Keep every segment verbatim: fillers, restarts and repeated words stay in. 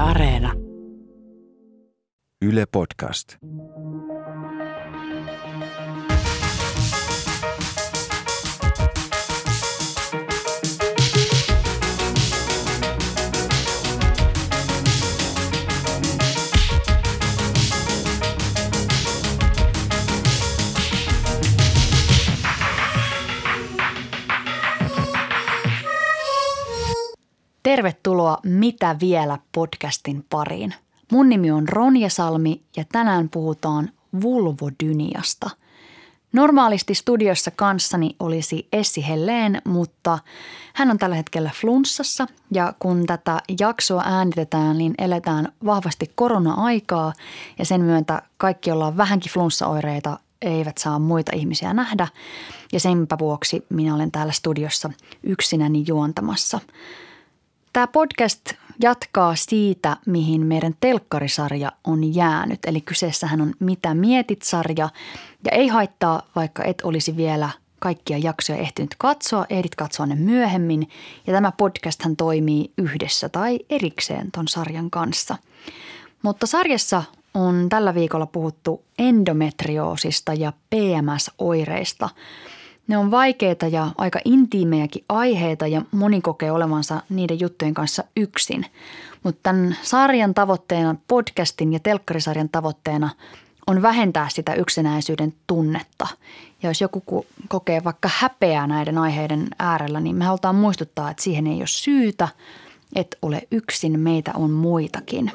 Areena. Yle Podcast. Tervetuloa Mitä vielä podcastin pariin. Mun nimi on Ronja Salmi ja tänään puhutaan vulvodyniasta. Normaalisti studiossa kanssani olisi Essi Helleen, mutta hän on tällä hetkellä flunssassa ja kun tätä jaksoa äänitetään, niin eletään vahvasti korona-aikaa ja sen myöntä kaikki, joilla on vähänkin flunssaoireita, eivät saa muita ihmisiä nähdä ja senpä vuoksi minä olen täällä studiossa yksinäni juontamassa. Tämä podcast jatkaa siitä, mihin meidän telkkarisarja on jäänyt. Eli kyseessähän on Mitä mietit-sarja ja ei haittaa, vaikka et olisi vielä kaikkia jaksoja ehtinyt katsoa, ehdit katsoa ne myöhemmin. Ja tämä podcasthan toimii yhdessä tai erikseen ton sarjan kanssa. Mutta sarjassa on tällä viikolla puhuttu endometrioosista ja P M S-oireista. Ne on vaikeita ja aika intiimejäkin aiheita ja moni kokee olevansa niiden juttujen kanssa yksin. Mutta tämän sarjan tavoitteena, podcastin ja telkkarisarjan tavoitteena on vähentää sitä yksinäisyyden tunnetta. Ja jos joku kokee vaikka häpeää näiden aiheiden äärellä, niin me halutaan muistuttaa, että siihen ei ole syytä, et ole yksin, meitä on muitakin.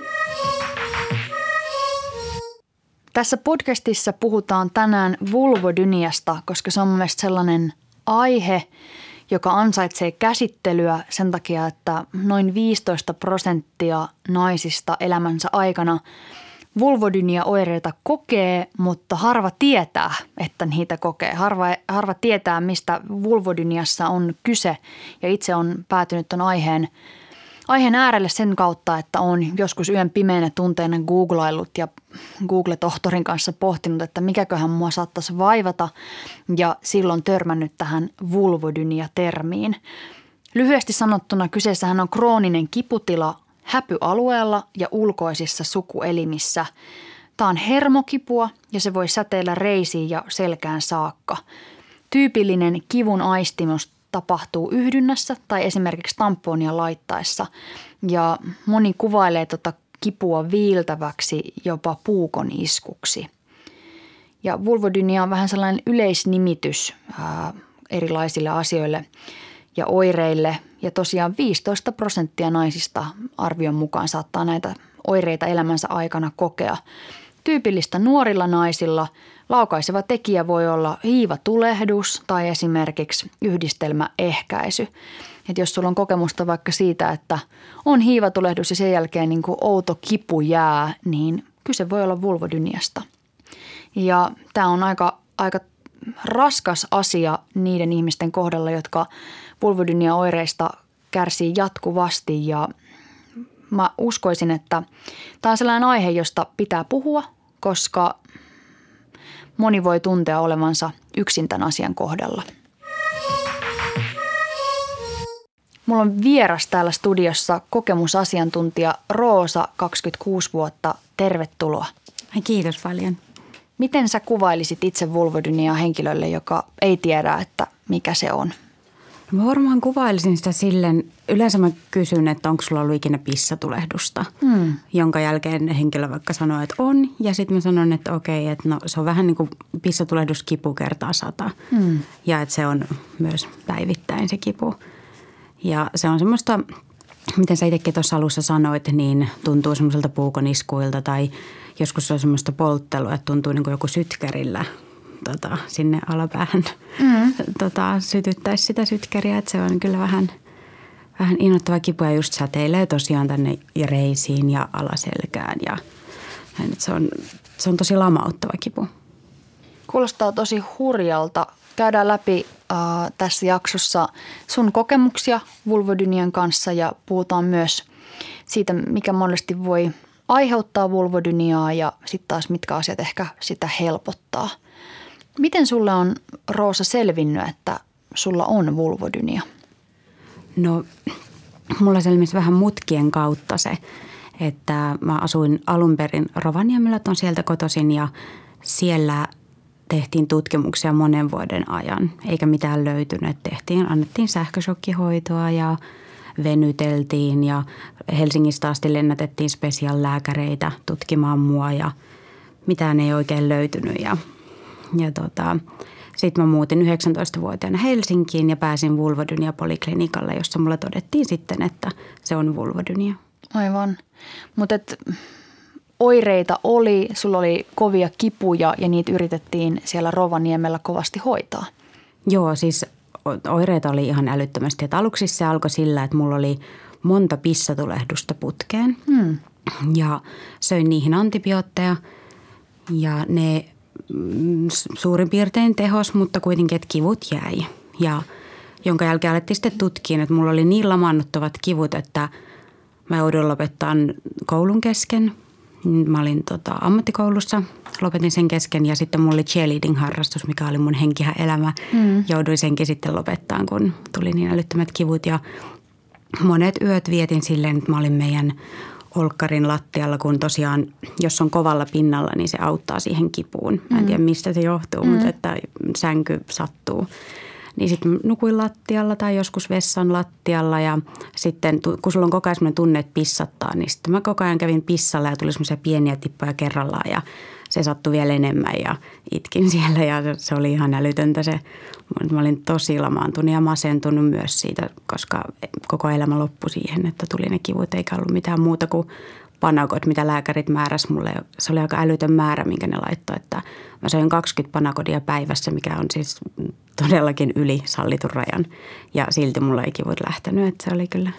Tässä podcastissa puhutaan tänään vulvodyniasta, koska se on mun mielestä sellainen aihe, joka ansaitsee käsittelyä sen takia, että noin viisitoista prosenttia naisista elämänsä aikana vulvodynia-oireita kokee, mutta harva tietää, että niitä kokee. Harva, harva tietää, mistä vulvodyniassa on kyse ja itse on päätynyt ton aiheen Aiheen äärelle sen kautta, että olen joskus yön pimeänä tunteena googlaillut ja Google-tohtorin kanssa pohtinut, että mikäköhän mua saattaisi vaivata ja silloin törmännyt tähän vulvodynia-termiin. Lyhyesti sanottuna kyseessähän on krooninen kiputila häpyalueella ja ulkoisissa sukuelimissä. Tämä on hermokipua ja se voi säteillä reisiin ja selkään saakka. Tyypillinen kivun aistimus tapahtuu yhdynnässä tai esimerkiksi tamponia laittaessa ja moni kuvailee tuota kipua viiltäväksi jopa puukon iskuksi. Ja vulvodynia on vähän sellainen yleisnimitys ää, erilaisille asioille ja oireille ja tosiaan viisitoista prosenttia naisista arvion mukaan saattaa näitä oireita elämänsä aikana kokea. Tyypillistä nuorilla naisilla laukaiseva tekijä voi olla hiivatulehdus tai esimerkiksi yhdistelmäehkäisy. Että jos sulla on kokemusta vaikka siitä, että on hiivatulehdus ja sen jälkeen niin kuin outo kipu jää, niin kyse voi olla vulvodyniasta. Ja tämä on aika, aika raskas asia niiden ihmisten kohdalla, jotka vulvodynia-oireista kärsii jatkuvasti ja mä uskoisin, että tämä on sellainen aihe, josta pitää puhua, koska moni voi tuntea olevansa yksin tämän asian kohdalla. Mulla on vieras täällä studiossa kokemusasiantuntija Roosa, kaksikymmentäkuusi vuotta. Tervetuloa. Kiitos paljon. Miten sä kuvailisit itse vulvodyniaa henkilölle, joka ei tiedä, että mikä se on? Mä varmaan kuvailisin sitä silleen, yleensä mä kysyn, että onko sulla ollut ikinä pissatulehdusta, hmm. jonka jälkeen henkilö vaikka sanoo, että on. Ja sitten mä sanon, että okei, että no, se on vähän niin kuin pissatulehduskipu kertaa sata. Hmm. Ja että se on myös päivittäin se kipu. Ja se on semmoista, miten sä itsekin tuossa alussa sanoit, niin tuntuu semmoiselta puukoniskuilta tai joskus se on semmoista polttelua, että tuntuu niin kuin joku sytkärillä Tota, sinne alapäähän mm. tota, sytyttäisi sitä sytkäriä, että se on kyllä vähän, vähän innoittava kipu ja just säteilee tosiaan tänne reisiin ja alaselkään ja se on, se on tosi lamauttava kipu. Kuulostaa tosi hurjalta. Käydään läpi äh, tässä jaksossa sun kokemuksia vulvodynian kanssa ja puhutaan myös siitä, mikä mahdollisesti voi aiheuttaa vulvodyniaa ja sitten taas mitkä asiat ehkä sitä helpottaa. Miten sulle on, Roosa, selvinnyt, että sulla on vulvodynia? No, mulla selvisi vähän mutkien kautta se, Että mä asuin alun perin Rovaniemellä, on sieltä kotoisin ja siellä tehtiin tutkimuksia monen vuoden ajan, eikä mitään löytynyt. Tehtiin, annettiin sähköshokkihoitoa ja venyteltiin ja Helsingistä asti lennätettiin spesiaalilääkäreitä tutkimaan mua ja mitään ei oikein löytynyt. Ja, ja tota, sitten mä muutin yhdeksäntoistavuotiaana Helsinkiin ja pääsin vulvodynia-poliklinikalle, jossa mulle todettiin sitten, että se on vulvodynia. Aivan, mutta oireita oli, sulla oli kovia kipuja ja niitä yritettiin siellä Rovaniemellä kovasti hoitaa. Joo, siis oireita oli ihan älyttömästi. Et aluksi se alkoi sillä, että mulla oli monta pissatulehdusta putkeen hmm. ja söin niihin antibiootteja ja ne suurin piirtein tehos, mutta kuitenkin, että kivut jäi. Ja jonka jälkeen alettiin sitten tutkiin, että mulla oli niin lamaannuttavat kivut, että mä jouduin lopettamaan koulun kesken. Mä olin tota, ammattikoulussa, lopetin sen kesken ja sitten mulla oli cheerleading-harrastus, mikä oli mun henkihän elämä. Mm. Jouduin senkin sitten lopettaa, kun tuli niin älyttömät kivut ja monet yöt vietin silleen, että mä olin meidän olkkarin lattialla, kun tosiaan, jos on kovalla pinnalla, niin se auttaa siihen kipuun. Mä en tiedä, mistä se johtuu, mm. mutta että sänky sattuu. Niin sitten nukuin lattialla tai joskus vessan lattialla ja sitten kun sulla on koko ajan sellainen tunne, että pissattaa, niin sitten mä koko ajan kävin pissalla ja tuli semmoisia pieniä tippoja kerrallaan ja se sattui vielä enemmän ja itkin siellä ja se oli ihan älytöntä se. Mä olin tosi lamaantunut ja masentunut myös siitä, koska koko elämä loppui siihen, että tuli ne kivut eikä ollut mitään muuta kuin panakot, mitä lääkärit määräsi mulle. Se oli aika älytön määrä, minkä ne laittoi, että mä söin kaksikymmentä panakodia päivässä, mikä on siis todellakin yli sallitun rajan. Ja silti mulla ei kivut lähtenyt, että se oli kyllä.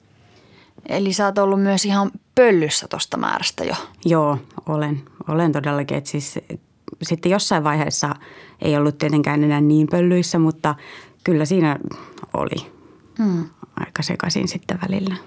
Eli sä oot ollut myös ihan pöllyssä tosta määrästä jo. Joo, olen. Olen todellakin. Että siis, sitten jossain vaiheessa ei ollut tietenkään enää niin pöllyissä, mutta kyllä siinä oli hmm. aika sekaisin sitten välillä.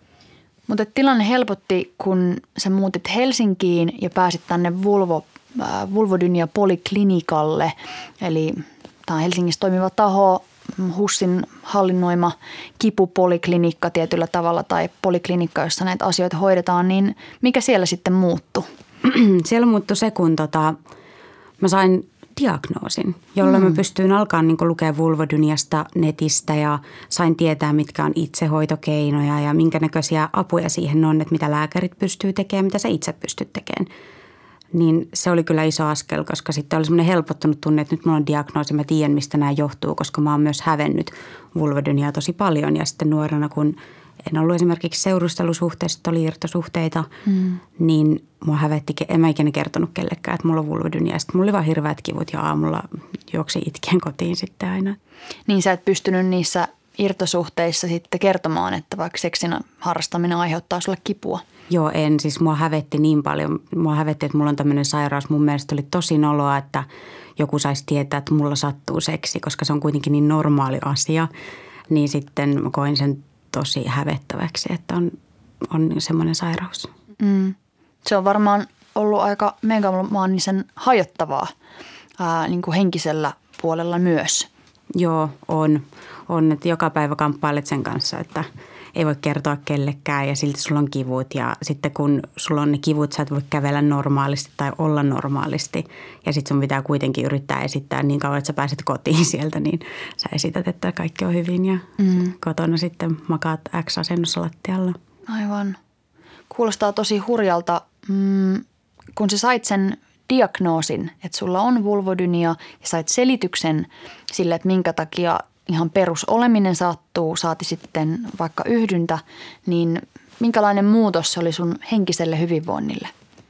Mutta tilanne helpotti, kun sä muutit Helsinkiin ja pääsit tänne Vulvo, äh, vulvodynia-poliklinikalle. Eli tämä on Helsingissä toimiva taho, HUSin hallinnoima kipupoliklinikka tietyllä tavalla tai poliklinikka, jossa näitä asioita hoidetaan. Niin mikä siellä sitten muuttui? Siellä muuttui se, kun tota, mä sain diagnoosin, jolloin mm. mä pystyin alkaa niin lukea vulvodyniasta netistä ja sain tietää, mitkä on itsehoitokeinoja ja minkä näköisiä apuja siihen on, että mitä lääkärit pystyy tekemään, mitä sä itse pystyt tekemään. Niin se oli kyllä iso askel, koska sitten oli semmoinen helpottunut tunne, että nyt mulla on diagnoosi, mä tiedän, mistä nämä johtuu, koska mä oon myös hävennyt vulvodyniaa tosi paljon ja sitten nuorena, kun en ollut esimerkiksi seurustelusuhteessa, että oli irtosuhteita, mm. niin mua hävettikin. En mä ikinä kertonut kellekään, että mulla on vulvodynia. Sitten mulla oli vaan hirveät kivut ja aamulla juoksi itkien kotiin sitten aina. Niin sä et pystynyt niissä irtosuhteissa sitten kertomaan, että vaikka seksin harrastaminen aiheuttaa sulle kipua? Joo, en. Siis mua hävetti niin paljon. Mua hävetti, että mulla on tämmöinen sairaus. Mun mielestä oli tosi noloa, että joku saisi tietää, että mulla sattuu seksi, koska se on kuitenkin niin normaali asia. Niin sitten mä koin sen tosi hävettäväksi, että on, on semmoinen sairaus. Mm. Se on varmaan ollut aika megalomaanisen hajottavaa ää, niin kuin henkisellä puolella myös. Joo, on. On, että joka päivä kamppailet sen kanssa, että ei voi kertoa kellekään ja silti sulla on kivut. Ja sitten kun sulla on ne kivut, sä et voi kävellä normaalisti tai olla normaalisti. Ja sitten sun pitää kuitenkin yrittää esittää niin kauan, että sä pääset kotiin sieltä, niin sä esität, että kaikki on hyvin. Ja mm. kotona sitten makaat X-asennossa lattialla. Aivan. Kuulostaa tosi hurjalta, mm, kun sä sait sen diagnoosin, että sulla on vulvodynia ja sait selityksen sille, että minkä takia ihan perusoleminen sattuu, saati sitten vaikka yhdyntä, niin minkälainen muutos se oli sun henkiselle hyvinvoinnille?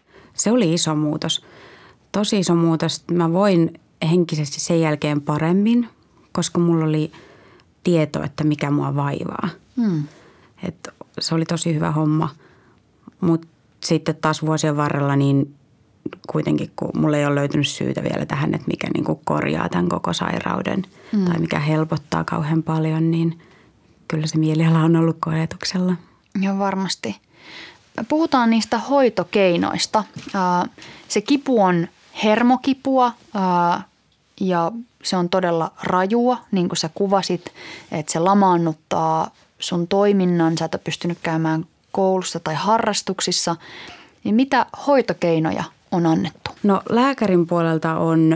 Se oli iso muutos. Tosi iso muutos. Mä voin henkisesti sen jälkeen paremmin, koska mulla oli tieto, että mikä mua vaivaa. Hmm. Et se oli tosi hyvä homma, mutta sitten taas vuosien varrella niin kuitenkin, kun mulla ei ole löytynyt syytä vielä tähän, että mikä niin kuin korjaa tämän koko sairauden mm. tai mikä helpottaa kauhean paljon, niin kyllä se mieliala on ollut koetuksella. Joo, varmasti. Puhutaan niistä hoitokeinoista. Se kipu on hermokipua ja se on todella rajua, niin kuin sä kuvasit, että se lamaannuttaa sun toiminnan. Sä et ole pystynyt käymään koulussa tai harrastuksissa, niin mitä hoitokeinoja on annettu? No lääkärin puolelta on,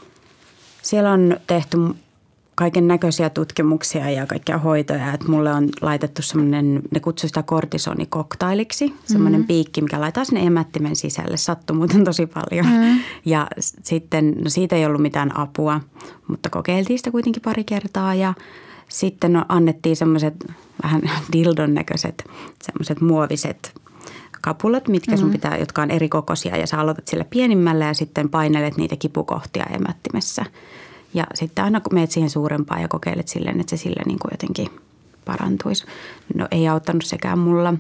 siellä on tehty kaiken näköisiä tutkimuksia ja kaikkia hoitoja. Että mulle on laitettu semmoinen, ne kutsuu sitä kortisonikoktailiksi, semmoinen mm-hmm. piikki, mikä laitetaan sinne emättimen sisälle. Sattui muuten tosi paljon. Mm-hmm. Ja sitten, no siitä ei ollut mitään apua, mutta kokeiltiin sitä kuitenkin pari kertaa ja sitten annettiin semmoiset vähän dildon näköiset, semmoiset muoviset kapulat, mitkä sun pitää, jotka on eri kokoisia ja sä aloitat sillä pienimmällä ja sitten painelet niitä kipukohtia emättimessä. Ja sitten aina kun meet siihen suurempaan ja kokeilet silleen, että se sillä niin kuin jotenkin parantuisi. No ei auttanut sekään mulla.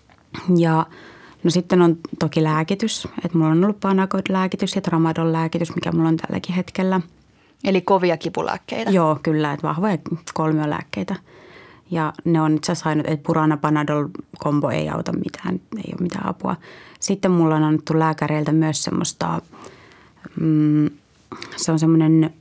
Ja no sitten on toki lääkitys, että mulla on ollut Panagoid-lääkitys ja Tramadol-lääkitys, mikä mulla on tälläkin hetkellä. Eli kovia kipulääkkeitä? Joo, kyllä, että vahvoja kolmiolääkkeitä. Ja ne on itse asiassa ainut, että Purana Panadol-kombo ei auta mitään, ei ole mitään apua. Sitten mulla on annettu lääkäreiltä myös semmoista, mm, se on semmoinen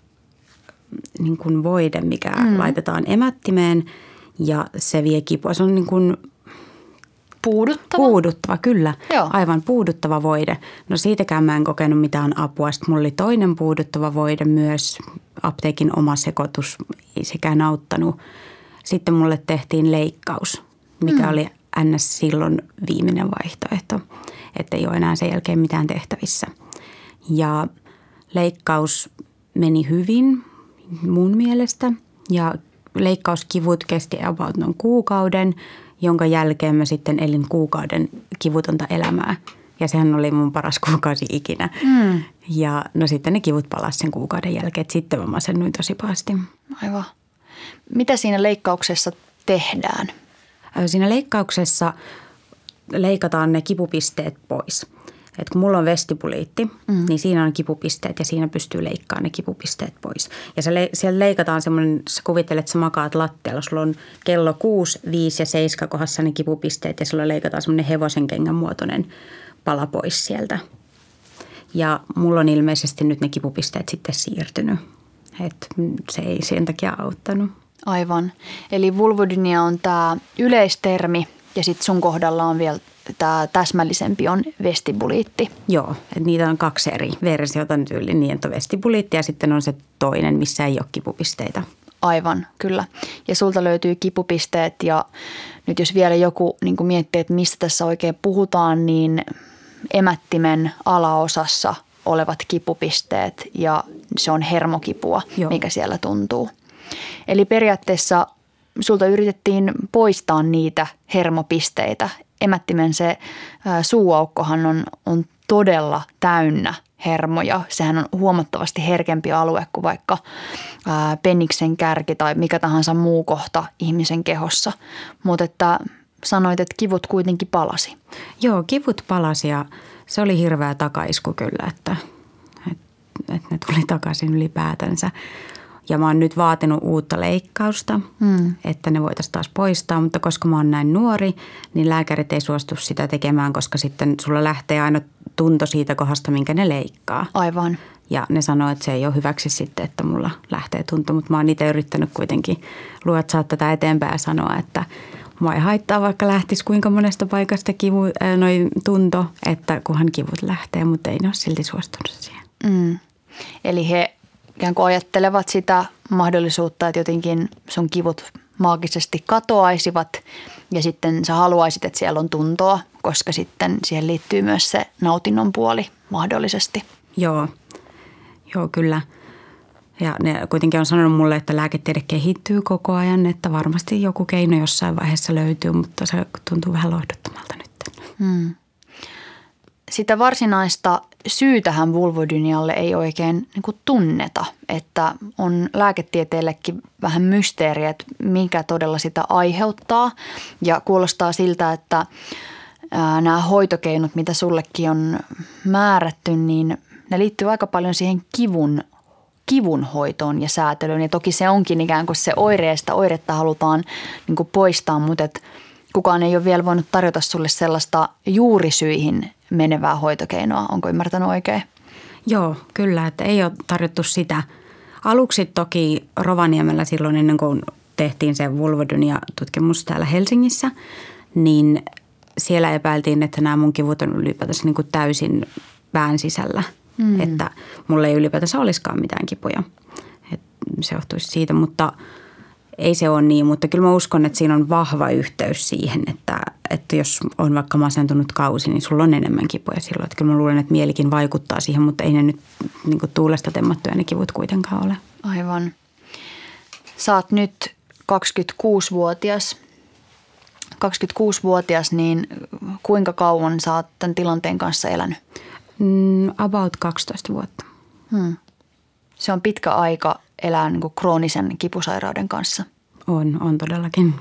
niin kuin voide, mikä mm. laitetaan emättimeen ja se vie kipua. Se on niin kuin puuduttava? Puuduttava, kyllä. Joo. Aivan puuduttava voide. No siitäkään mä en kokenut mitään apua. Sitten mulla oli toinen puuduttava voide myös, apteekin oma sekoitus, ei sekään auttanut. Sitten mulle tehtiin leikkaus, mikä mm. oli ns. Silloin viimeinen vaihtoehto, että ei ole enää sen jälkeen mitään tehtävissä. Ja leikkaus meni hyvin mun mielestä ja leikkauskivut kesti about noin kuukauden, jonka jälkeen mä sitten elin kuukauden kivutonta elämää. Ja sehän oli mun paras kuukausi ikinä. Mm. Ja no sitten ne kivut palasi sen kuukauden jälkeen, että sitten mä masennuin tosi pahasti. Aivan. Mitä siinä leikkauksessa tehdään? Siinä leikkauksessa leikataan ne kipupisteet pois. Et kun mulla on vestibuliitti, mm. niin siinä on kipupisteet ja siinä pystyy leikkaamaan ne kipupisteet pois. Ja se le- siellä leikataan semmoinen, sä kuvittelet, että sä makaat lattialla. Sulla on kello kuusi, viisi ja seitsemän kohdassa ne kipupisteet ja sulla leikataan semmoinen hevosen kengän muotoinen pala pois sieltä. Ja mulla on ilmeisesti nyt ne kipupisteet sitten siirtynyt. Et se ei sen takia auttanut. Aivan. Eli vulvodynia on tämä yleistermi ja sitten sun kohdalla on vielä tämä täsmällisempi on vestibuliitti. Joo, että niitä on kaksi eri versiota nyt yli. Niin on vestibuliitti ja sitten on se toinen, missä ei ole kipupisteitä. Aivan, kyllä. Ja sulta löytyy kipupisteet ja nyt jos vielä joku niin kuin miettii, että mistä tässä oikein puhutaan, niin emättimen alaosassa olevat kipupisteet ja se on hermokipua, Joo. mikä siellä tuntuu. Eli periaatteessa sulta yritettiin poistaa niitä hermopisteitä. Emättimen se ä, suuaukkohan on, on todella täynnä hermoja. Sehän on huomattavasti herkempi alue kuin vaikka ä, peniksen kärki tai mikä tahansa muu kohta ihmisen kehossa. Mutta että sanoit, että kivut kuitenkin palasi. Joo, kivut palasi ja se oli hirveä takaisku kyllä, että, että, että ne tuli takaisin ylipäätänsä. Ja mä oon nyt vaatinut uutta leikkausta, mm. että ne voitaisiin taas poistaa, mutta koska mä oon näin nuori, niin lääkärit ei suostu sitä tekemään, koska sitten sulla lähtee aina tunto siitä kohdasta, minkä ne leikkaa. Aivan. Ja ne sanoo, että se ei ole hyväksi sitten, että mulla lähtee tunto, mutta mä oon itse yrittänyt kuitenkin luotsaa tätä eteenpäin ja sanoa, että mua ei haittaa, vaikka lähtisi kuinka monesta paikasta kivu, äh, noi tunto, että kunhan kivut lähtee, mutta ei ne ole silti suostunut siihen. Mm. Eli he ikään kuin ajattelevat sitä mahdollisuutta, että jotenkin sun kivut maagisesti katoaisivat ja sitten sä haluaisit, että siellä on tuntoa, koska sitten siihen liittyy myös se nautinnon puoli mahdollisesti. Joo, joo kyllä. Ja ne kuitenkin on sanonut mulle, että lääketiede kehittyy koko ajan, että varmasti joku keino jossain vaiheessa löytyy, mutta se tuntuu vähän lohduttomalta nyt. Hmm. Sitä varsinaista syytähän vulvodynialle ei oikein niin kuin tunneta, että on lääketieteellekin vähän mysteeri, että mikä todella sitä aiheuttaa. Ja kuulostaa siltä, että ää, nämä hoitokeinot, mitä sullekin on määrätty, niin ne liittyy aika paljon siihen kivun, kivun hoitoon ja säätelyyn. Ja toki se onkin ikään kuin se oireesta, oiretta halutaan niin kuin poistaa, mutta et kukaan ei ole vielä voinut tarjota sulle sellaista juurisyihin menevää hoitokeinoa. Onko ymmärtänyt oikein? Joo, kyllä, että ei ole tarjottu sitä. Aluksi toki Rovaniemellä silloin ennen kuin tehtiin se vulvodynia-tutkimus täällä Helsingissä, niin siellä epäiltiin, että nämä mun kivut on ylipäätänsä niin kuin täysin pään sisällä. Mm. Että mulla ei ylipäätänsä olisikaan mitään kipuja. Et se johtuisi siitä, mutta ei se ole niin. Mutta kyllä mä uskon, että siinä on vahva yhteys siihen, että, että jos on vaikka masentunut kausi, niin sulla on enemmän kipuja silloin. Että kyllä mä luulen, että mielikin vaikuttaa siihen, mutta ei ne nyt niin kuin tuulesta temmattuja ne kivut kuitenkaan ole. Aivan. Sä oot nyt kaksikymmentäkuusivuotias. kaksikymmentäkuusivuotias, niin kuinka kauan sä oot tämän tilanteen kanssa elänyt? Mm, about kaksitoista vuotta. Hmm. Se on pitkä aika elää niin kuin kroonisen kipusairauden kanssa. On, on todellakin.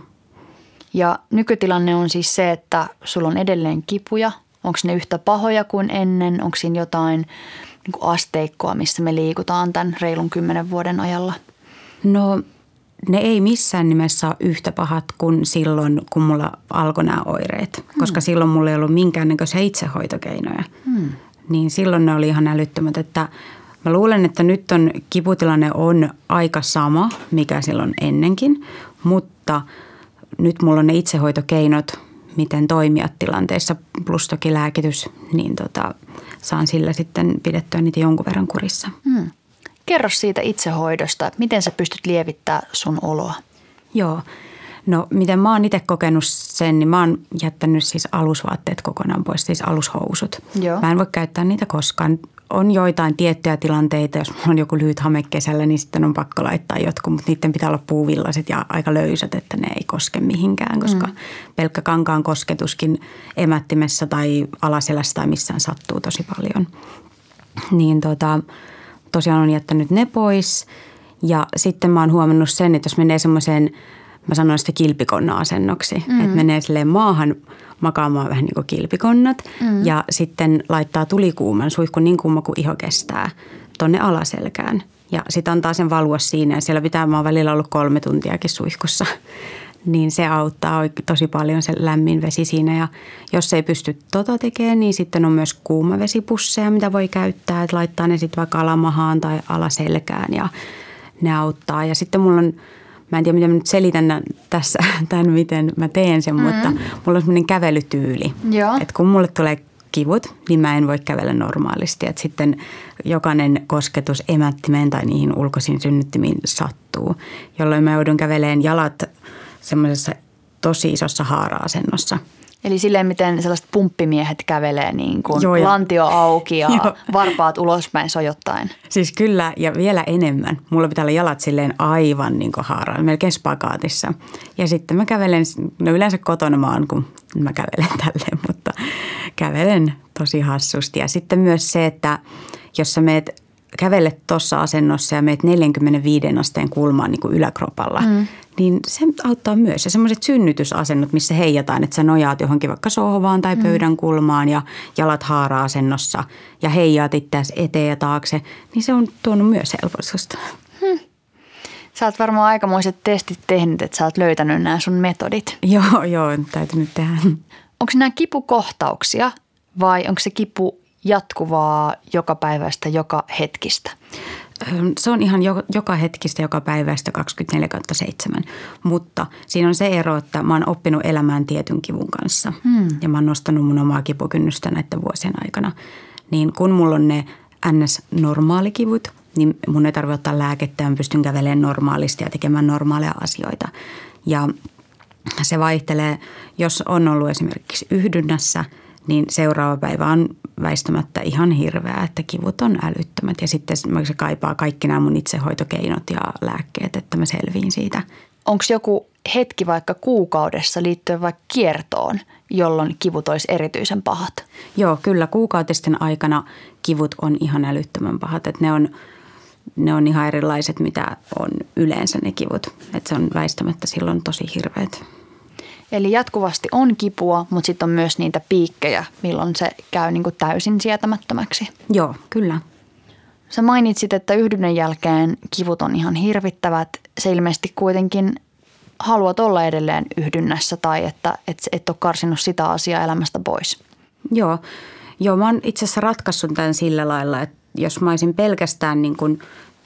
Ja nykytilanne on siis se, että sulla on edelleen kipuja. Onko ne yhtä pahoja kuin ennen? Onko siinä jotain niin kuin asteikkoa, missä me liikutaan tämän reilun kymmenen vuoden ajalla? No ne ei missään nimessä ole yhtä pahat kuin silloin, kun mulla alkoi nämä oireet. Hmm. Koska silloin mulla ei ollut minkäännäköisiä itsehoitokeinoja. Hmm. Niin silloin ne oli ihan älyttömät, että mä luulen, että nyt on kiputilanne on aika sama, mikä silloin ennenkin, mutta nyt mulla on ne itsehoitokeinot, miten toimia tilanteessa, plus toki lääkitys, niin tota, saan sillä sitten pidettyä niitä jonkun verran kurissa. Hmm. Kerro siitä itsehoidosta, että miten sä pystyt lievittämään sun oloa? Joo. No miten mä oon itse kokenut sen, niin mä oon jättänyt siis alusvaatteet kokonaan pois, siis alushousut. Joo. Mä en voi käyttää niitä koskaan. On joitain tiettyjä tilanteita, jos mulla on joku lyhyt hame kesällä, niin sitten on pakko laittaa jotkut, mutta niiden pitää olla puuvillaiset ja aika löysät, että ne ei koske mihinkään, koska mm. pelkkä kankaan kosketuskin emättimessä tai alaselässä tai missään sattuu tosi paljon. Niin tota, tosiaan on jättänyt ne pois ja sitten mä oon huomannut sen, että jos menee semmoiseen, mä sanoin sitä kilpikonna-asennoksi, mm. että menee silleen maahan makaamaan vähän niin kuin kilpikonnat mm. ja sitten laittaa tulikuuman suihkun niin kuuma kuin iho kestää tonne alaselkään. Ja sitten antaa sen valua siinä ja siellä pitää, mä oon välillä ollut kolme tuntiakin suihkussa, niin se auttaa tosi paljon se lämmin vesi siinä. Ja jos ei pysty tota tekemään, niin sitten on myös kuumavesipusseja, mitä voi käyttää, että laittaa ne sitten vaikka alamahaan tai alaselkään ja ne auttaa. Ja sitten mulla on, mä en tiedä miten mä nyt selitän tässä tämän, miten mä teen sen, mm. mutta mulla on semmoinen kävelytyyli. Joo. Että kun mulle tulee kivut, niin mä en voi kävellä normaalisti. Että sitten jokainen kosketus emättimeen tai niihin ulkoisiin synnyttimiin sattuu, jolloin mä joudun käveleen jalat semmoisessa tosi isossa haara-asennossa. Eli silleen, miten sellaiset pumppimiehet kävelee niin kuin Joo, lantio auki ja jo. varpaat ulospäin sojottaen. Siis kyllä ja vielä enemmän. Mulla pitää olla jalat silleen aivan niin kuin haaraan, melkein spagaatissa. Ja sitten mä kävelen, no yleensä kotona mä oon, kun mä kävelen tälleen, mutta kävelen tosi hassusti. Ja sitten myös se, että jos sä meet kävelet tuossa asennossa ja meet neljäkymmentäviisi asteen kulmaan niin kuin yläkropalla, mm. niin se auttaa myös. Ja semmoiset synnytysasennot, missä heijataan, että sä nojaat johonkin vaikka sohvaan tai pöydän kulmaan ja jalat haara-asennossa ja heijaat itseäsi eteen ja taakse, niin se on tuonut myös helpotusta. Hmm. Sä oot varmaan aikamoiset testit tehnyt, että sä oot löytänyt nämä sun metodit. Joo, joo, täytyy nyt tehdä. Onko nämä kipukohtauksia vai onko se kipu jatkuvaa joka päivästä, joka hetkistä? Se on ihan joka hetkistä, joka päivästä kaksikymmentäneljä kautta seitsemän, mutta siinä on se ero, että mä oon oppinut elämään tietyn kivun kanssa hmm. ja mä oon nostanut mun omaa kipukynnystä näiden vuosien aikana. Niin kun mulla on ne ns. Normaalikivut, niin mun ei tarvitse ottaa lääkettä ja mä pystyn kävelemään normaalisti ja tekemään normaaleja asioita. Ja se vaihtelee, jos on ollut esimerkiksi yhdynnässä, niin seuraava päivä on väistämättä ihan hirveä, että kivut on älyttömät. Ja sitten se kaipaa kaikki nämä mun itsehoitokeinot ja lääkkeet, että mä selviin siitä. Onko joku hetki vaikka kuukaudessa liittyen vaikka kiertoon, jolloin kivut olisi erityisen pahat? Joo, kyllä. Kuukautisten aikana kivut on ihan älyttömän pahat. Että ne on, ne on ihan erilaiset, mitä on yleensä ne kivut. Että se on väistämättä silloin tosi hirveät. Eli jatkuvasti on kipua, mutta sitten on myös niitä piikkejä, milloin se käy niin kuin täysin sietämättömäksi. Joo, kyllä. Sä mainitsit, että yhdynnän jälkeen kivut on ihan hirvittävät. Se ilmeisesti kuitenkin haluat olla edelleen yhdynnässä tai että et, et ole karsinut sitä asiaa elämästä pois. Joo, Joo mä oon itse asiassa ratkaissut tämän sillä lailla, että jos mä olisin pelkästään niin kuin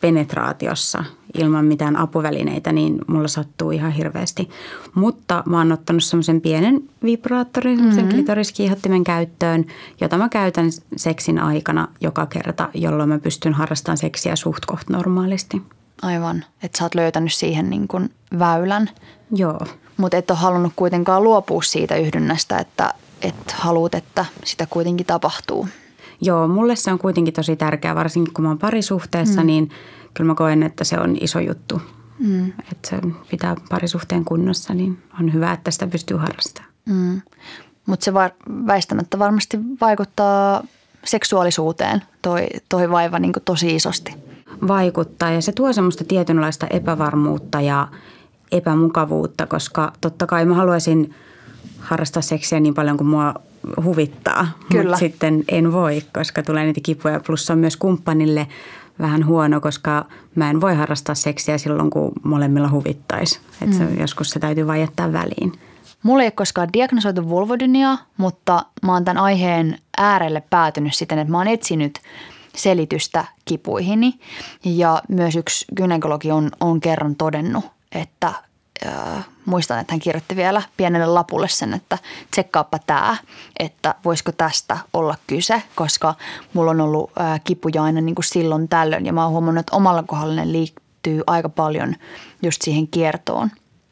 penetraatiossa ilman mitään apuvälineitä, niin mulla sattuu ihan hirveästi. Mutta mä oon ottanut semmoisen pienen vibraattorin, semmoisen mm-hmm. klitoriskiihottimen käyttöön, jota mä käytän seksin aikana joka kerta, jolloin mä pystyn harrastamaan seksiä suht koht normaalisti. Aivan, että sä oot löytänyt siihen niin kuin väylän. Joo. Mutta et ole halunnut kuitenkaan luopua siitä yhdynnästä, että et haluat, että sitä kuitenkin tapahtuu. Joo, mulle se on kuitenkin tosi tärkeää, varsinkin kun mä oon parisuhteessa, mm. niin kyllä mä koen, että se on iso juttu. Mm. Että se pitää parisuhteen kunnossa, niin on hyvä, että sitä pystyy harrastamaan. Mm. Mutta se var, väistämättä varmasti vaikuttaa seksuaalisuuteen, toi, toi vaiva niin kuin tosi isosti. Vaikuttaa ja se tuo semmoista tietynlaista epävarmuutta ja epämukavuutta, koska totta kai mä haluaisin harrastaa seksiä niin paljon kuin mua huvittaa, mutta sitten en voi, koska tulee niitä kipuja. Plus se on myös kumppanille vähän huono, koska mä en voi harrastaa seksiä silloin, kun molemmilla huvittaisi. Että mm. joskus se täytyy vain jättää väliin. Mulla ei ole koskaan diagnosoitu vulvodyniaa, mutta mä oon tämän aiheen äärelle päätynyt siten, että mä oon etsinyt selitystä kipuihini. Ja myös yksi gynekologi on, on kerran todennut, että äh, muistan, että hän kirjoitti vielä pienelle lapulle sen, että tsekkaappa tämä, että voisiko tästä olla kyse, koska mulla on ollut äh, kipuja aina niin kuin silloin tällöin ja mä oon huomannut, että omalla kohdalla ne liittyy aika paljon just siihen kiertoon.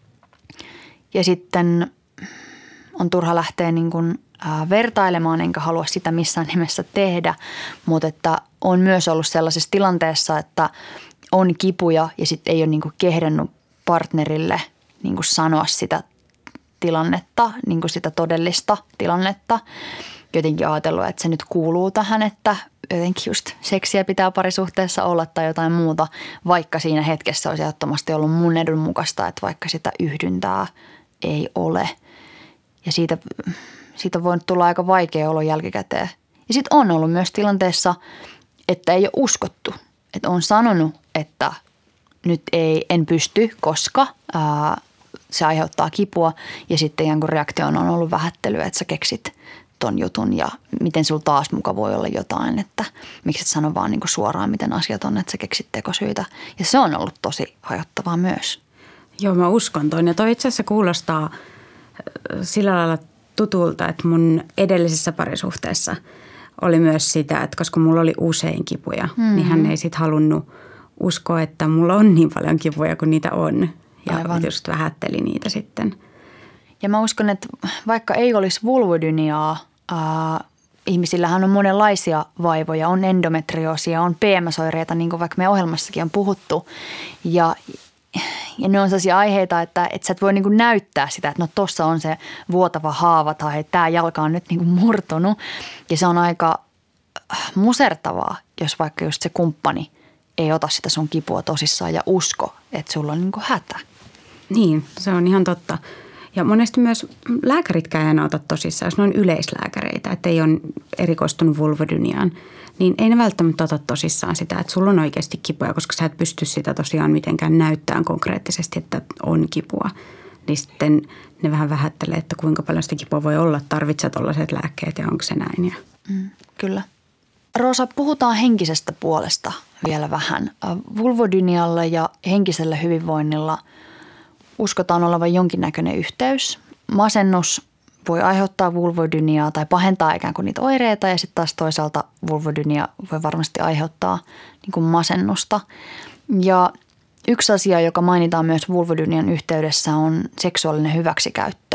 Ja sitten on turha lähteä niin kuin, äh, vertailemaan, enkä halua sitä missään nimessä tehdä, mutta että on myös ollut sellaisessa tilanteessa, että on kipuja ja sitten ei ole niin kuin kehdannut partnerille niin kuin sanoa sitä tilannetta, niin kuin sitä todellista tilannetta. Jotenkin ajatellut, että se nyt kuuluu tähän, että jotenkin just seksiä pitää parisuhteessa olla tai jotain muuta, vaikka siinä hetkessä olisi ehdottomasti ollut mun edun mukaista, että vaikka sitä yhdyntää ei ole. Ja siitä, siitä on voinut tulla aika vaikea olo jälkikäteen. Ja sitten on ollut myös tilanteessa, että ei ole uskottu. Että on sanonut, että nyt ei, en pysty, koska ää, se aiheuttaa kipua. Ja sitten ikään kuin reaktion on ollut vähättelyä, että sä keksit ton jutun ja miten sulla taas muka voi olla jotain. Että miksi et sano vaan niin kuin suoraan, miten asiat on, että sä keksit tekosyitä. Ja se on ollut tosi hajottavaa myös. Joo, mä uskon toin. Ja toi itse asiassa kuulostaa sillä lailla tutulta, että mun edellisessä parisuhteessa oli myös sitä, että koska mulla oli usein kipuja, mm-hmm. niin hän ei sit halunnut uskoa, että mulla on niin paljon kipuja kuin niitä on. Ja aivan. Just vähätteli niitä sitten. Ja mä uskon, että vaikka ei olisi vulvodyniaa, äh, ihmisillähän on monenlaisia vaivoja. On endometrioosia, on P M S-oireita, niin kuin vaikka meidän ohjelmassakin on puhuttu. Ja, ja ne on sellaisia aiheita, että, että sä et voi niin kuin näyttää sitä, että no tossa on se vuotava haava tai että tämä jalka on nyt niin kuin murtunut. Ja se on aika musertavaa, jos vaikka just se kumppani ei ota sitä sun kipua tosissaan ja usko, että sulla on niin kuin hätä. Niin, se on ihan totta. Ja monesti myös lääkäritkään ei aina ota tosissaan, jos ne on yleislääkäreitä, että ei ole erikoistunut vulvodyniaan, niin ei ne välttämättä ota tosissaan sitä, että sulla on oikeasti kipuja, koska sä et pysty sitä tosiaan mitenkään näyttämään konkreettisesti, että on kipua. Niin sitten ne vähän vähättelee, että kuinka paljon sitä kipua voi olla, tarvitset tollaiset lääkkeet ja onko se näin. Ja... Mm, kyllä. Roosa, puhutaan henkisestä puolesta vielä vähän. Vulvodynialla ja henkisellä hyvinvoinnilla uskotaan olevan jonkinnäköinen yhteys. Masennus voi aiheuttaa vulvodyniaa tai pahentaa ikään kuin niitä oireita ja sitten taas toisaalta vulvodynia voi varmasti aiheuttaa niin kuin masennusta. Ja yksi asia, joka mainitaan myös vulvodynian yhteydessä on seksuaalinen hyväksikäyttö.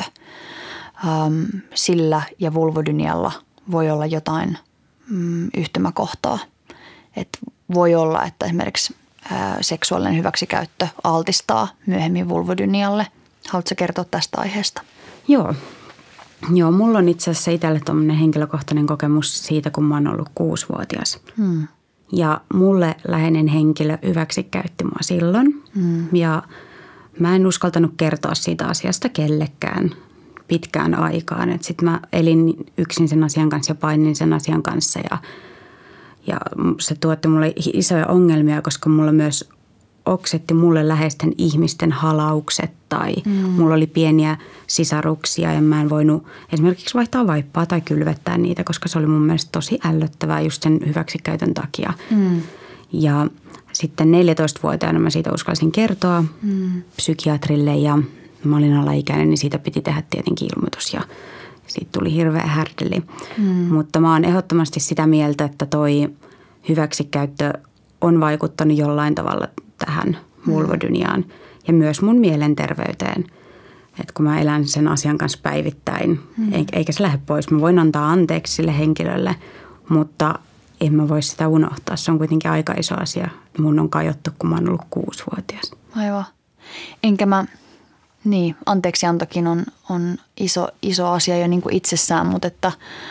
Sillä ja vulvodynialla voi olla jotain yhtymäkohtaa. Että voi olla, että esimerkiksi seksuaalinen hyväksikäyttö altistaa myöhemmin vulvodynialle. Haluatko kertoa tästä aiheesta? Joo. Joo, mulla on itse asiassa itselle tuommoinen henkilökohtainen kokemus siitä, kun mä oon ollut kuusivuotias. Hmm. Ja mulle läheinen henkilö hyväksikäytti mua silloin. Hmm. Ja mä en uskaltanut kertoa siitä asiasta kellekään pitkään aikaan. Sitten mä elin yksin sen asian kanssa ja painin sen asian kanssa ja Ja se tuotti mulle isoja ongelmia, koska mulla myös oksetti mulle läheisten ihmisten halaukset tai mm. mulla oli pieniä sisaruksia ja mä en voinut esimerkiksi vaihtaa vaippaa tai kylvettää niitä, koska se oli mun mielestä tosi ällöttävää just sen hyväksikäytön takia. Mm. Ja sitten neljätoistavuotiaana mä siitä uskalsin kertoa mm. psykiatrille ja mä olin alaikäinen, niin siitä piti tehdä tietenkin ilmoitus ja siitä tuli hirveä härdelli. Mm. Mutta mä oon ehdottomasti sitä mieltä, että toi hyväksikäyttö on vaikuttanut jollain tavalla tähän vulvodyniaan ja myös mun mielenterveyteen. Että kun mä elän sen asian kanssa päivittäin, mm. eikä se lähde pois. Mä voin antaa anteeksi sille henkilölle, mutta en mä voi sitä unohtaa. Se on kuitenkin aika iso asia. Mun on kajottu, kun mä oon ollut kuusivuotias. Aivan. Enkä mä, niin, anteeksiantokin on, on iso, iso asia jo niin kuin itsessään, mutta että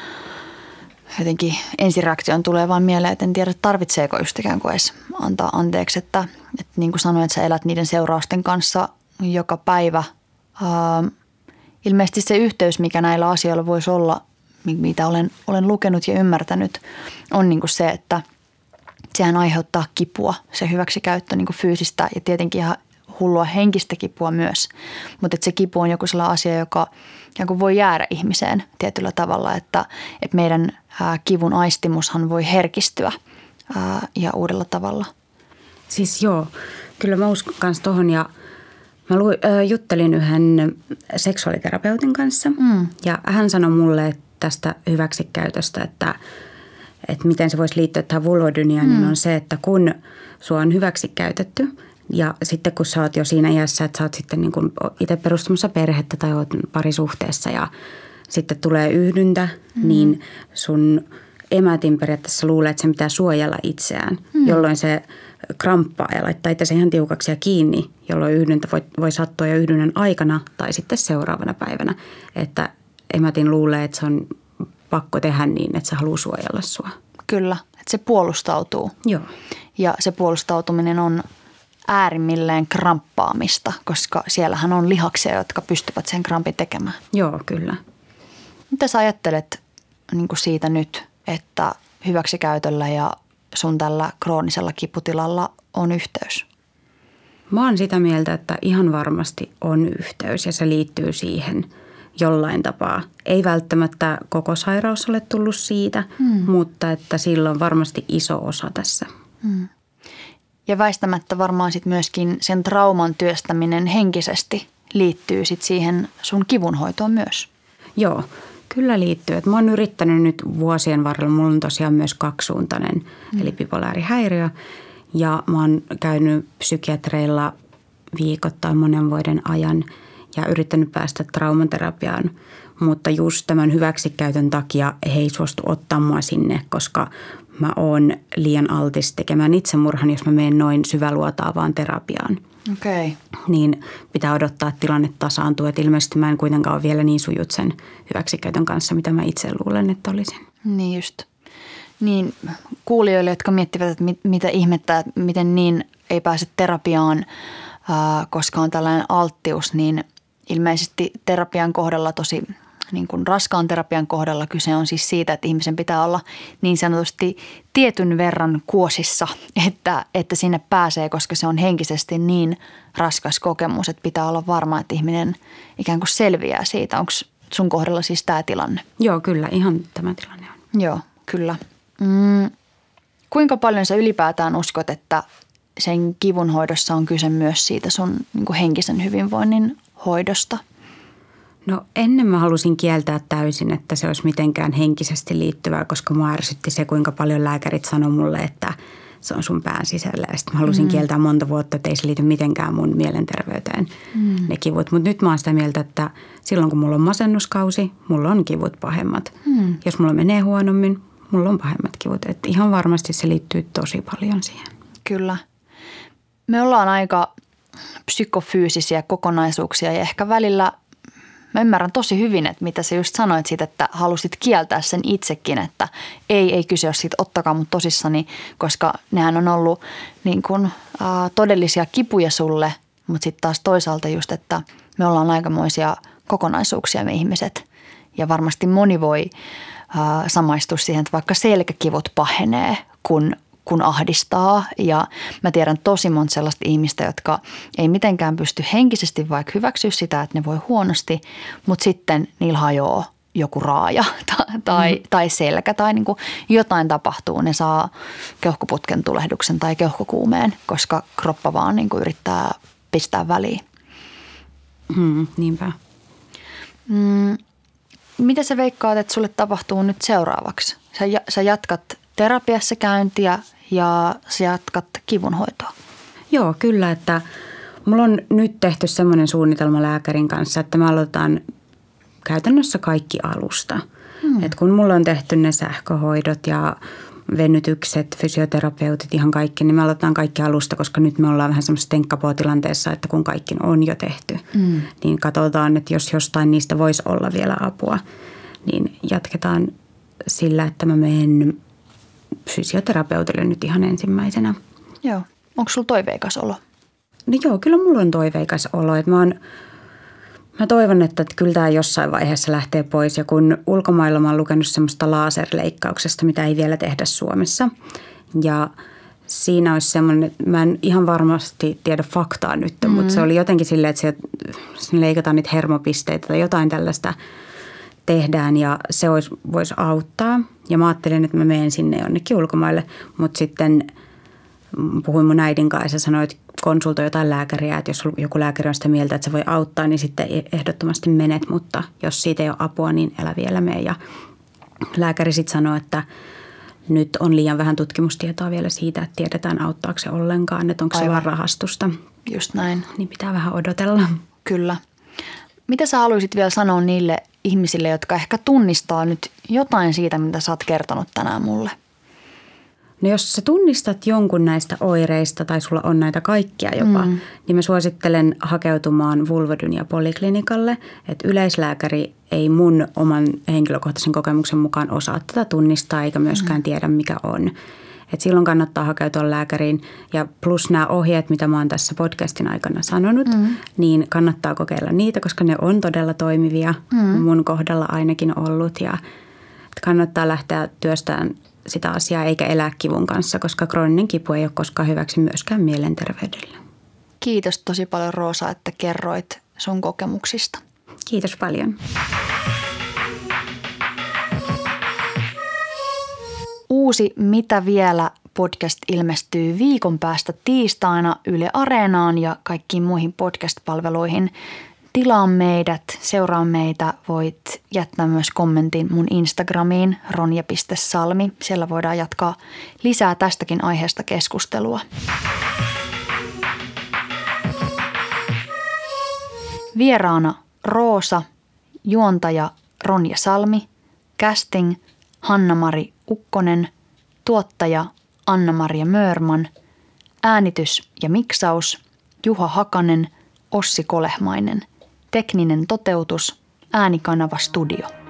jotenkin ensireaktioon tulee vaan mieleen, että en tiedä tarvitseeko just ikään kuin edes antaa anteeksi. Että, että niin kuin sanoin, että sä elät niiden seurausten kanssa joka päivä. Uh, ilmeisesti se yhteys, mikä näillä asioilla voisi olla, mitä olen, olen lukenut ja ymmärtänyt, on niin kuin se, että sehän aiheuttaa kipua, se hyväksikäyttö niin kuin fyysistä ja tietenkin ihan hullua henkistä kipua myös. Mutta se kipu on joku sellainen asia, joka joku voi jäädä ihmiseen tietyllä tavalla, että, että meidän ää, kivun aistimushan voi herkistyä ää, ja uudella tavalla. Siis joo, kyllä mä uskon kanssa tohon ja mä lu, äh, juttelin yhden seksuaaliterapeutin kanssa mm. ja hän sanoi mulle tästä hyväksikäytöstä, että, että miten se voisi liittyä tähän vulvodyniaan, mm. niin on se, että kun sua on hyväksikäytetty ja sitten kun sä oot jo siinä iässä, että sä oot sitten niin kuin itse perustamassa perhettä tai oot parisuhteessa ja sitten tulee yhdyntä, mm. niin sun emätin periaatteessa luulee, että se pitää suojella itseään, mm. jolloin se kramppaa ja laittaa itse ihan tiukaksi ja kiinni, jolloin yhdyntä voi, voi sattua jo yhdynnän aikana tai sitten seuraavana päivänä. Että emätin luulee, että se on pakko tehdä niin, että se haluaa suojella sua. Kyllä, että se puolustautuu. Joo. Ja se puolustautuminen on äärimmilleen kramppaamista, koska siellähän on lihaksia, jotka pystyvät sen krampin tekemään. Joo, kyllä. Mitä sä ajattelet niin kuin siitä nyt, että hyväksikäytöllä ja sun tällä kroonisella kiputilalla on yhteys? Mä oon sitä mieltä, että ihan varmasti on yhteys ja se liittyy siihen jollain tapaa. Ei välttämättä koko sairaus ole tullut siitä, hmm. mutta että sillä on varmasti iso osa tässä. Hmm. Ja väistämättä varmaan sit myöskin sen trauman työstäminen henkisesti liittyy sit siihen sun kivunhoitoon myös. Joo. Kyllä liittyy. Että mä oon yrittänyt nyt vuosien varrella, mulla on tosiaan myös kaksisuuntainen, mm. eli bipolaarihäiriö. Ja mä oon käynyt psykiatreilla viikoittain monen vuoden ajan ja yrittänyt päästä traumaterapiaan. Mutta just tämän hyväksikäytön takia he ei suostu ottaa mua sinne, koska mä oon liian altis tekemään itsemurhan, jos mä menen noin syväluotaavaan terapiaan. Okei. Okay. Niin pitää odottaa, että tilanne tasaantuu. Että ilmeisesti mä en kuitenkaan ole vielä niin sujut sen hyväksikäytön kanssa, mitä mä itse luulen, että olisin. Niin just. Niin kuulijoille, jotka miettivät, että mit, mitä ihmettä, että miten niin ei pääse terapiaan, ää, koska on tällainen alttius, niin ilmeisesti terapian kohdalla tosi niin kuin raskaan terapian kohdalla kyse on siis siitä, että ihmisen pitää olla niin sanotusti tietyn verran kuosissa, että, että sinne pääsee, koska se on henkisesti niin raskas kokemus, että pitää olla varma, että ihminen ikään kuin selviää siitä. Onko sun kohdalla siis tämä tilanne? Joo, kyllä. Ihan tämä tilanne on. Joo, kyllä. Mm, kuinka paljon sä ylipäätään uskot, että sen kivun hoidossa on kyse myös siitä sun niin kuin henkisen hyvinvoinnin hoidosta? No ennen mä halusin kieltää täysin, että se olisi mitenkään henkisesti liittyvää, koska mua ärsytti se, kuinka paljon lääkärit sanoi mulle, että se on sun pään sisällä. Ja sitten mä halusin mm. kieltää monta vuotta, että ei se liity mitenkään mun mielenterveyteen mm. ne kivut. Mutta nyt mä oon sitä mieltä, että silloin kun mulla on masennuskausi, mulla on kivut pahemmat. Mm. Jos mulla menee huonommin, mulla on pahemmat kivut. Että ihan varmasti se liittyy tosi paljon siihen. Kyllä. Me ollaan aika psykofyysisiä kokonaisuuksia ja ehkä välillä mä ymmärrän tosi hyvin, että mitä sä just sanoit siitä, että halusit kieltää sen itsekin, että ei, ei kyse ole siitä, ottakaa mut tosissani, koska nehän on ollut niin kuin, ä, todellisia kipuja sulle, mutta sitten taas toisaalta just, että me ollaan aikamoisia kokonaisuuksia me ihmiset ja varmasti moni voi ä, samaistua siihen, että vaikka selkäkivut pahenee, kun kun ahdistaa ja mä tiedän tosi monta sellaista ihmistä, jotka ei mitenkään pysty henkisesti vaikka hyväksyä sitä, että ne voi huonosti, mutta sitten niillä hajoaa joku raaja tai, mm. tai selkä tai niin kuin jotain tapahtuu. Ne saa keuhkoputken tulehduksen tai keuhkokuumeen, koska kroppa vaan niin kuin yrittää pistää väliin. Mm, niinpä. Mm, mitä sä veikkaat, että sulle tapahtuu nyt seuraavaksi? Sä, sä jatkat terapiassa käyntiä ja sä jatkat kivunhoitoa. Joo, kyllä, että mulla on nyt tehty semmoinen suunnitelma lääkärin kanssa, että me aloitetaan käytännössä kaikki alusta. Hmm. Et kun mulla on tehty ne sähköhoidot ja venytykset, fysioterapeutit, ihan kaikki, niin me aloitetaan kaikki alusta, koska nyt me ollaan vähän semmoisessa tenkkapoo-tilanteessa, että kun kaikki on jo tehty, hmm. niin katsotaan, että jos jostain niistä voisi olla vielä apua, niin jatketaan sillä, että mä menen fysioterapeutille nyt ihan ensimmäisenä. Joo. Onko sulla toiveikas olo? No joo, kyllä mulla on toiveikas olo. Että mä, on, mä toivon, että, että kyllä tämä jossain vaiheessa lähtee pois. Ja kun ulkomailla mä oon lukenut semmoista laserleikkauksesta, mitä ei vielä tehdä Suomessa. Ja siinä olisi semmoinen, että mä en ihan varmasti tiedä faktaa nyt, mm-hmm. mutta se oli jotenkin silleen, että se, leikataan niitä hermopisteitä tai jotain tällaista tehdään ja se olisi, voisi auttaa. Ja mä ajattelin, että mä menen sinne jonnekin ulkomaille, mutta sitten puhuin mun äidin kanssa ja sanoin, että konsultoi jotain lääkäriä, että jos joku lääkäri on sitä mieltä, että se voi auttaa, niin sitten ehdottomasti menet, mutta jos siitä ei ole apua, niin älä vielä mene. Ja lääkäri sitten sanoi, että nyt on liian vähän tutkimustietoa vielä siitä, että tiedetään auttaako se ollenkaan, että onko se vaan rahastusta. Just näin. Niin pitää vähän odotella. Kyllä. Mitä sä haluaisit vielä sanoa niille ihmisille, jotka ehkä tunnistaa nyt jotain siitä, mitä sä oot kertonut tänään mulle? No jos sä tunnistat jonkun näistä oireista tai sulla on näitä kaikkia jopa, mm. niin mä suosittelen hakeutumaan vulvodynia-poliklinikalle. Että yleislääkäri ei mun oman henkilökohtaisen kokemuksen mukaan osaa tätä tunnistaa eikä myöskään mm. tiedä mikä on. Et silloin kannattaa hakeutua lääkäriin ja plus nämä ohjeet, mitä mä oon tässä podcastin aikana sanonut, mm. niin kannattaa kokeilla niitä, koska ne on todella toimivia. Mm. Mun kohdalla ainakin ollut ja kannattaa lähteä työstään sitä asiaa eikä elää kivun kanssa, koska krooninen kipu ei ole koskaan hyväksi myöskään mielenterveydelle. Kiitos tosi paljon Roosa, että kerroit sun kokemuksista. Kiitos paljon. Uusi Mitä vielä? Podcast ilmestyy viikon päästä tiistaina Yle Areenaan ja kaikkiin muihin podcast-palveluihin. Tilaa meidät, seuraa meitä, voit jättää myös kommentin mun Instagramiin ronja piste salmi. Siellä voidaan jatkaa lisää tästäkin aiheesta keskustelua. Vieraana Roosa, juontaja Ronja Salmi, casting Hanna-Mari Ukkonen, tuottaja Anna-Maria Mörman, äänitys ja miksaus Juha Hakanen, Ossi Kolehmainen. Tekninen toteutus, Äänikanava Studio.